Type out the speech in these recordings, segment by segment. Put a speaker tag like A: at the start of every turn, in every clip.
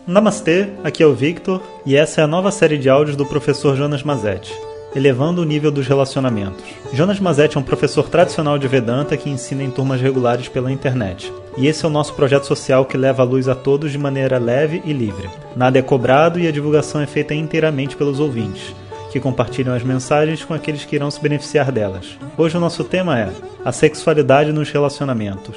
A: Namastê, aqui é o Victor e essa é a nova série de áudios do professor Jonas Mazetti, elevando o nível dos relacionamentos. Jonas Mazetti é um professor tradicional de Vedanta que ensina em turmas regulares pela internet. E esse é o nosso projeto social que leva a luz a todos de maneira leve e livre. Nada é cobrado e a divulgação é feita inteiramente pelos ouvintes, que compartilham as mensagens com aqueles que irão se beneficiar delas. Hoje o nosso tema é a sexualidade nos relacionamentos.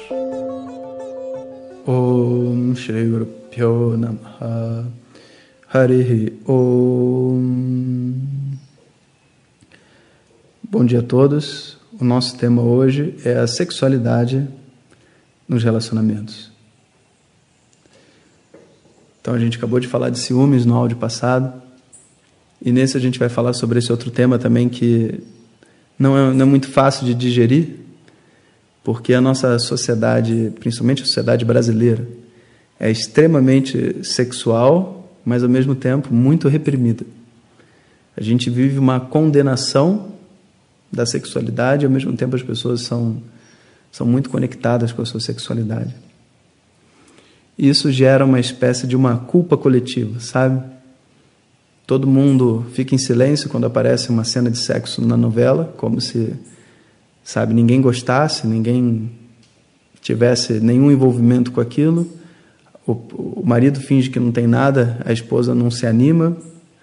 B: Om Shri Guru Pyo Namaha Harihi Om. Bom dia a todos. O nosso tema hoje é a sexualidade nos relacionamentos. Então a gente acabou de falar de ciúmes no áudio passado. E nesse a gente vai falar sobre esse outro tema também que não é muito fácil de digerir, porque a nossa sociedade, principalmente a sociedade brasileira, é extremamente sexual, mas ao mesmo tempo muito reprimida. A gente vive uma condenação da sexualidade e ao mesmo tempo as pessoas são muito conectadas com a sua sexualidade. Isso gera uma espécie de uma culpa coletiva, sabe? Todo mundo fica em silêncio quando aparece uma cena de sexo na novela, como se, sabe, ninguém gostasse, ninguém tivesse nenhum envolvimento com aquilo. O marido finge que não tem nada, a esposa não se anima,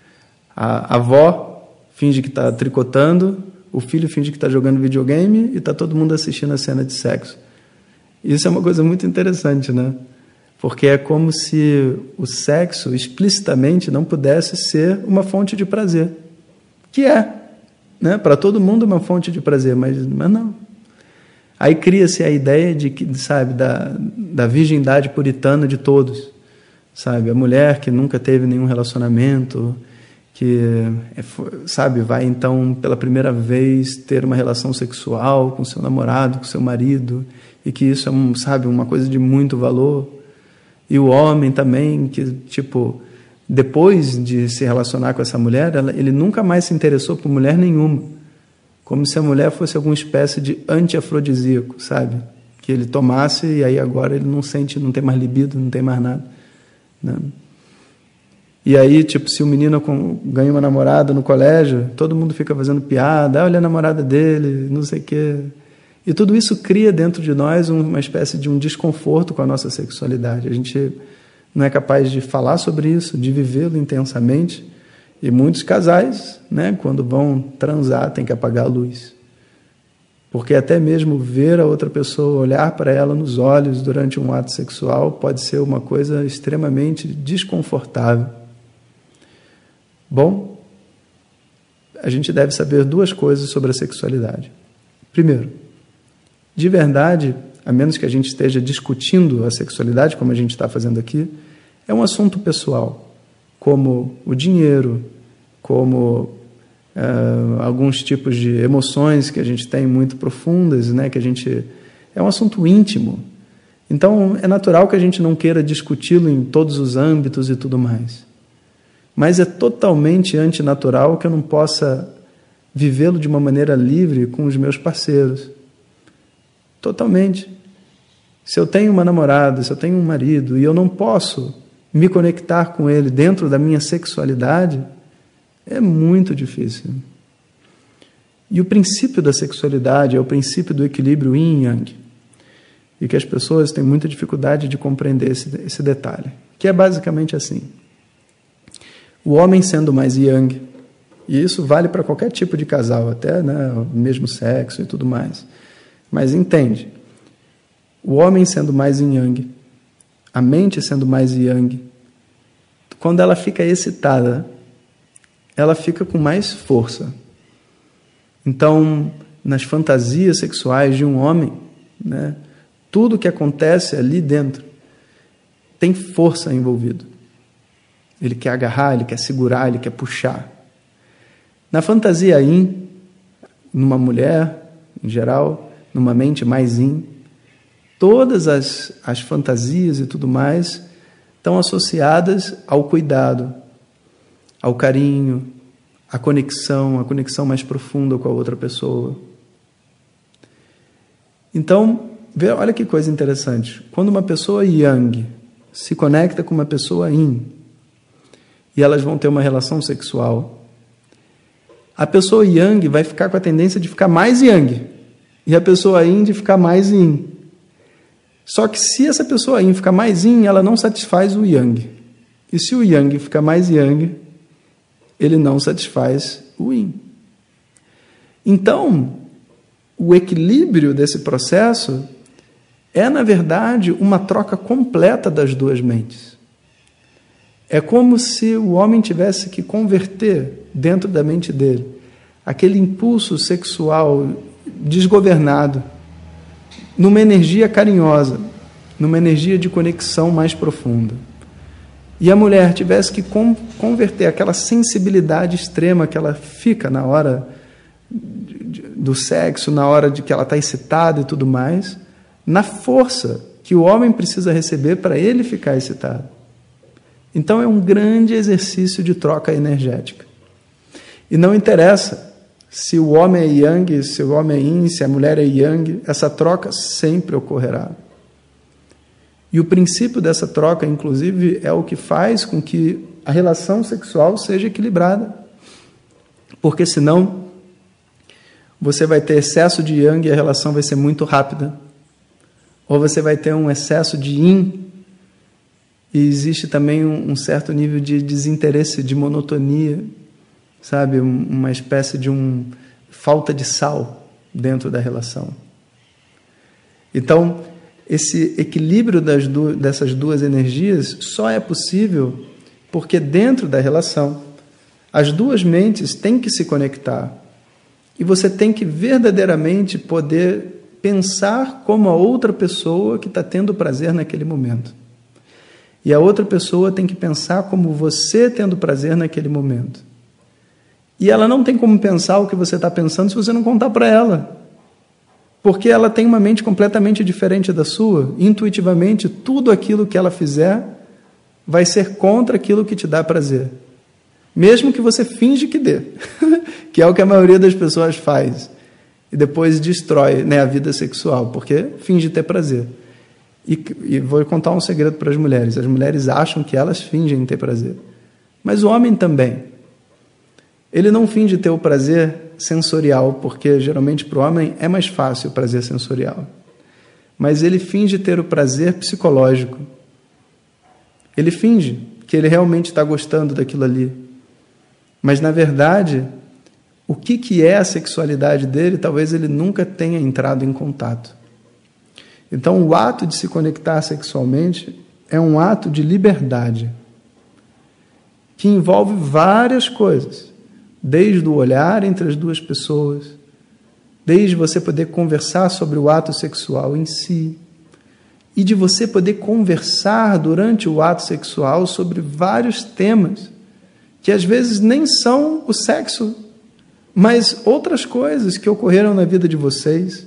B: a avó finge que está tricotando, o filho finge que está jogando videogame e está todo mundo assistindo a cena de sexo. Isso é uma coisa muito interessante, né? Porque é como se o sexo explicitamente não pudesse ser uma fonte de prazer. Que é, né? Para todo mundo uma fonte de prazer, mas não. Aí cria-se a ideia de que, sabe, da virgindade puritana de todos, sabe? A mulher que nunca teve nenhum relacionamento, que, sabe, vai então pela primeira vez ter uma relação sexual com seu namorado, com seu marido, e que isso é, sabe, uma coisa de muito valor. E o homem também, que, tipo, depois de se relacionar com essa mulher, ele nunca mais se interessou por mulher nenhuma. Como se a mulher fosse alguma espécie de anti-afrodisíaco, sabe? Que ele tomasse e aí agora ele não sente, não tem mais libido, não tem mais nada, né? E aí, tipo, se o menino ganha uma namorada no colégio, todo mundo fica fazendo piada, olha a namorada dele, não sei o quê. E tudo isso cria dentro de nós uma espécie de um desconforto com a nossa sexualidade. A gente não é capaz de falar sobre isso, de vivê-lo intensamente. E muitos casais, né, quando vão transar, têm que apagar a luz. Porque até mesmo ver a outra pessoa, olhar para ela nos olhos durante um ato sexual pode ser uma coisa extremamente desconfortável. Bom, a gente deve saber duas coisas sobre a sexualidade. Primeiro, de verdade, a menos que a gente esteja discutindo a sexualidade, como a gente está fazendo aqui, é um assunto pessoal, como o dinheiro, como alguns tipos de emoções que a gente tem muito profundas, né, que a gente é um assunto íntimo. Então, é natural que a gente não queira discuti-lo em todos os âmbitos e tudo mais. Mas é totalmente antinatural que eu não possa vivê-lo de uma maneira livre com os meus parceiros. Totalmente. Se eu tenho uma namorada, se eu tenho um marido e eu não posso me conectar com ele dentro da minha sexualidade, é muito difícil. E o princípio da sexualidade é o princípio do equilíbrio yin e yang. E que as pessoas têm muita dificuldade de compreender esse detalhe. Que é basicamente assim. O homem sendo mais yang, e isso vale para qualquer tipo de casal, até, né, o mesmo sexo e tudo mais. Mas entende, o homem sendo mais yin yang, a mente sendo mais yang, quando ela fica excitada, ela fica com mais força. Então, nas fantasias sexuais de um homem, né, tudo que acontece ali dentro tem força envolvida. Ele quer agarrar, ele quer segurar, ele quer puxar. Na fantasia yin, numa mulher, em geral, numa mente mais yin, todas as fantasias e tudo mais estão associadas ao cuidado, ao carinho, à conexão mais profunda com a outra pessoa. Então, olha que coisa interessante. Quando uma pessoa yang se conecta com uma pessoa yin, e elas vão ter uma relação sexual, a pessoa yang vai ficar com a tendência de ficar mais yang, e a pessoa yin de ficar mais yin. Só que se essa pessoa yin ficar mais yin, ela não satisfaz o yang. E se o yang ficar mais yang, ele não satisfaz o yin. Então, o equilíbrio desse processo é, na verdade, uma troca completa das duas mentes. É como se o homem tivesse que converter dentro da mente dele aquele impulso sexual desgovernado numa energia carinhosa, numa energia de conexão mais profunda. E a mulher tivesse que converter aquela sensibilidade extrema que ela fica na hora do sexo, na hora de que ela está excitada e tudo mais, na força que o homem precisa receber para ele ficar excitado. Então é um grande exercício de troca energética. E não interessa se o homem é yang, se o homem é yin, se a mulher é yang, essa troca sempre ocorrerá. E o princípio dessa troca, inclusive, é o que faz com que a relação sexual seja equilibrada. Porque senão você vai ter excesso de yang e a relação vai ser muito rápida. Ou você vai ter um excesso de yin e existe também um certo nível de desinteresse, de monotonia, sabe? Uma espécie de falta de sal dentro da relação. Então, esse equilíbrio dessas duas energias só é possível porque dentro da relação as duas mentes têm que se conectar e você tem que verdadeiramente poder pensar como a outra pessoa que está tendo prazer naquele momento. E a outra pessoa tem que pensar como você tendo prazer naquele momento. E ela não tem como pensar o que você está pensando se você não contar para ela. Porque ela tem uma mente completamente diferente da sua. Intuitivamente, tudo aquilo que ela fizer vai ser contra aquilo que te dá prazer. Mesmo que você finge que dê. Que é o que a maioria das pessoas faz. E depois destrói, né, a vida sexual, porque finge ter prazer. E vou contar um segredo para as mulheres. As mulheres acham que elas fingem ter prazer. Mas o homem também. Ele não finge ter o prazer sensorial, porque geralmente para o homem é mais fácil o prazer sensorial. Mas ele finge ter o prazer psicológico. Ele finge que ele realmente está gostando daquilo ali. Mas, na verdade, o que é a sexualidade dele, talvez ele nunca tenha entrado em contato. Então, o ato de se conectar sexualmente é um ato de liberdade, que envolve várias coisas. Desde o olhar entre as duas pessoas, desde você poder conversar sobre o ato sexual em si, e de você poder conversar durante o ato sexual sobre vários temas, que às vezes nem são o sexo, mas outras coisas que ocorreram na vida de vocês,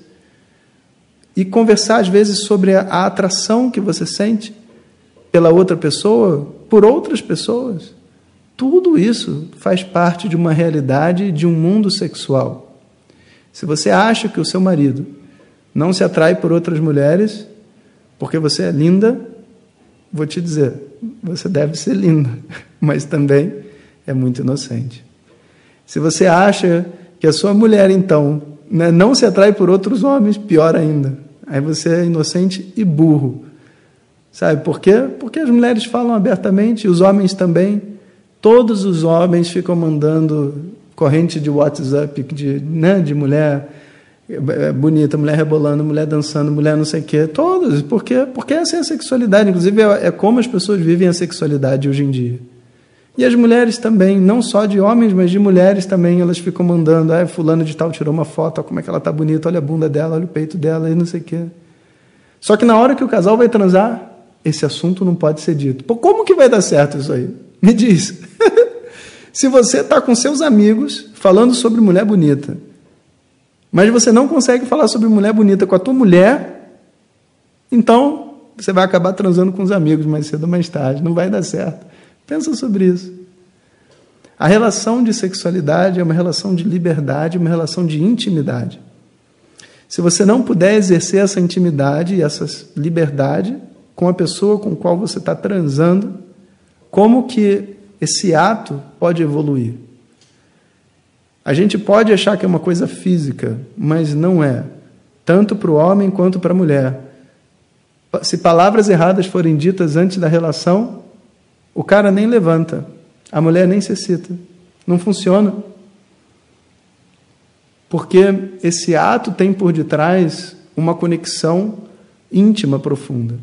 B: e conversar às vezes sobre a atração que você sente pela outra pessoa, por outras pessoas. Tudo isso faz parte de uma realidade, de um mundo sexual. Se você acha que o seu marido não se atrai por outras mulheres, porque você é linda, vou te dizer, você deve ser linda, mas também é muito inocente. Se você acha que a sua mulher, então, né, não se atrai por outros homens, pior ainda. Aí você é inocente e burro. Sabe por quê? Porque as mulheres falam abertamente, e os homens também. Todos os homens ficam mandando corrente de WhatsApp de mulher bonita, mulher rebolando, mulher dançando, mulher não sei o quê. Todos. Porque essa é a sexualidade. Inclusive, é como as pessoas vivem a sexualidade hoje em dia. E as mulheres também, não só de homens, mas de mulheres também, elas ficam mandando, fulano de tal tirou uma foto, olha como é que ela está bonita, olha a bunda dela, olha o peito dela, e não sei o quê. Só que na hora que o casal vai transar, esse assunto não pode ser dito. Pô, como que vai dar certo isso aí? Me diz. Se você está com seus amigos falando sobre mulher bonita, mas você não consegue falar sobre mulher bonita com a tua mulher, então você vai acabar transando com os amigos mais cedo ou mais tarde, não vai dar certo. Pensa sobre isso. A relação de sexualidade é uma relação de liberdade, uma relação de intimidade. Se você não puder exercer essa intimidade e essa liberdade com a pessoa com a qual você está transando, como que esse ato pode evoluir. A gente pode achar que é uma coisa física, mas não é. Tanto para o homem quanto para a mulher. Se palavras erradas forem ditas antes da relação, o cara nem levanta, a mulher nem se excita. Não funciona. Porque esse ato tem por detrás uma conexão íntima, profunda.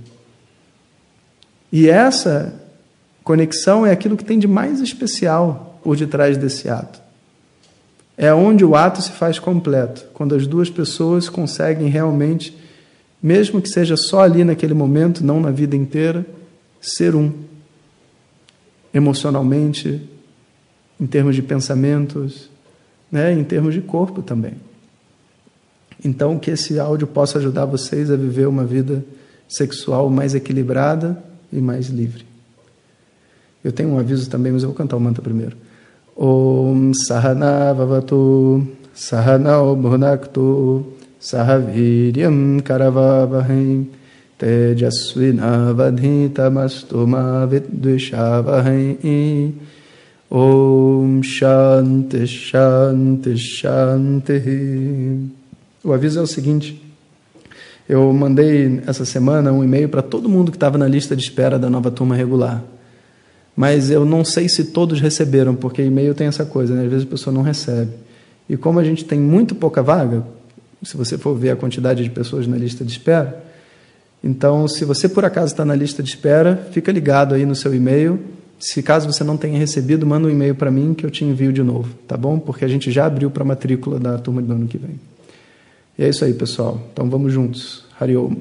B: E essa conexão é aquilo que tem de mais especial por detrás desse ato. É onde o ato se faz completo, quando as duas pessoas conseguem realmente, mesmo que seja só ali naquele momento, não na vida inteira, ser um. Emocionalmente, em termos de pensamentos, né, em termos de corpo também. Então, que esse áudio possa ajudar vocês a viver uma vida sexual mais equilibrada e mais livre. Eu tenho um aviso também, mas eu vou cantar o mantra primeiro. Om Sahana Vavatu Sahanao Bhunaktu Sahaviryam Karavavahai Tejasvina Vadhitamastu Ma Vidvishavahai Om Shanti Shanti Shanti. O aviso é o seguinte: eu mandei essa semana um e-mail para todo mundo que estava na lista de espera da nova turma regular. Mas eu não sei se todos receberam, porque e-mail tem essa coisa, né? Às vezes a pessoa não recebe. E como a gente tem muito pouca vaga, se você for ver a quantidade de pessoas na lista de espera, então, se você por acaso está na lista de espera, fica ligado aí no seu e-mail. Se caso você não tenha recebido, manda um e-mail para mim que eu te envio de novo, tá bom? Porque a gente já abriu para a matrícula da turma do ano que vem. E é isso aí, pessoal. Então vamos juntos. Hari Om.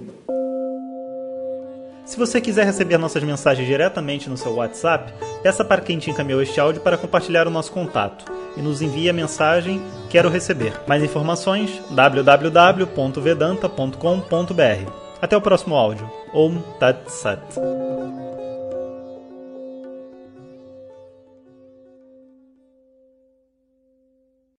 A: Se você quiser receber nossas mensagens diretamente no seu WhatsApp, peça para quem te encaminhou este áudio para compartilhar o nosso contato e nos envie a mensagem "Quero receber". Mais informações www.vedanta.com.br. Até o próximo áudio. Om Tat Sat.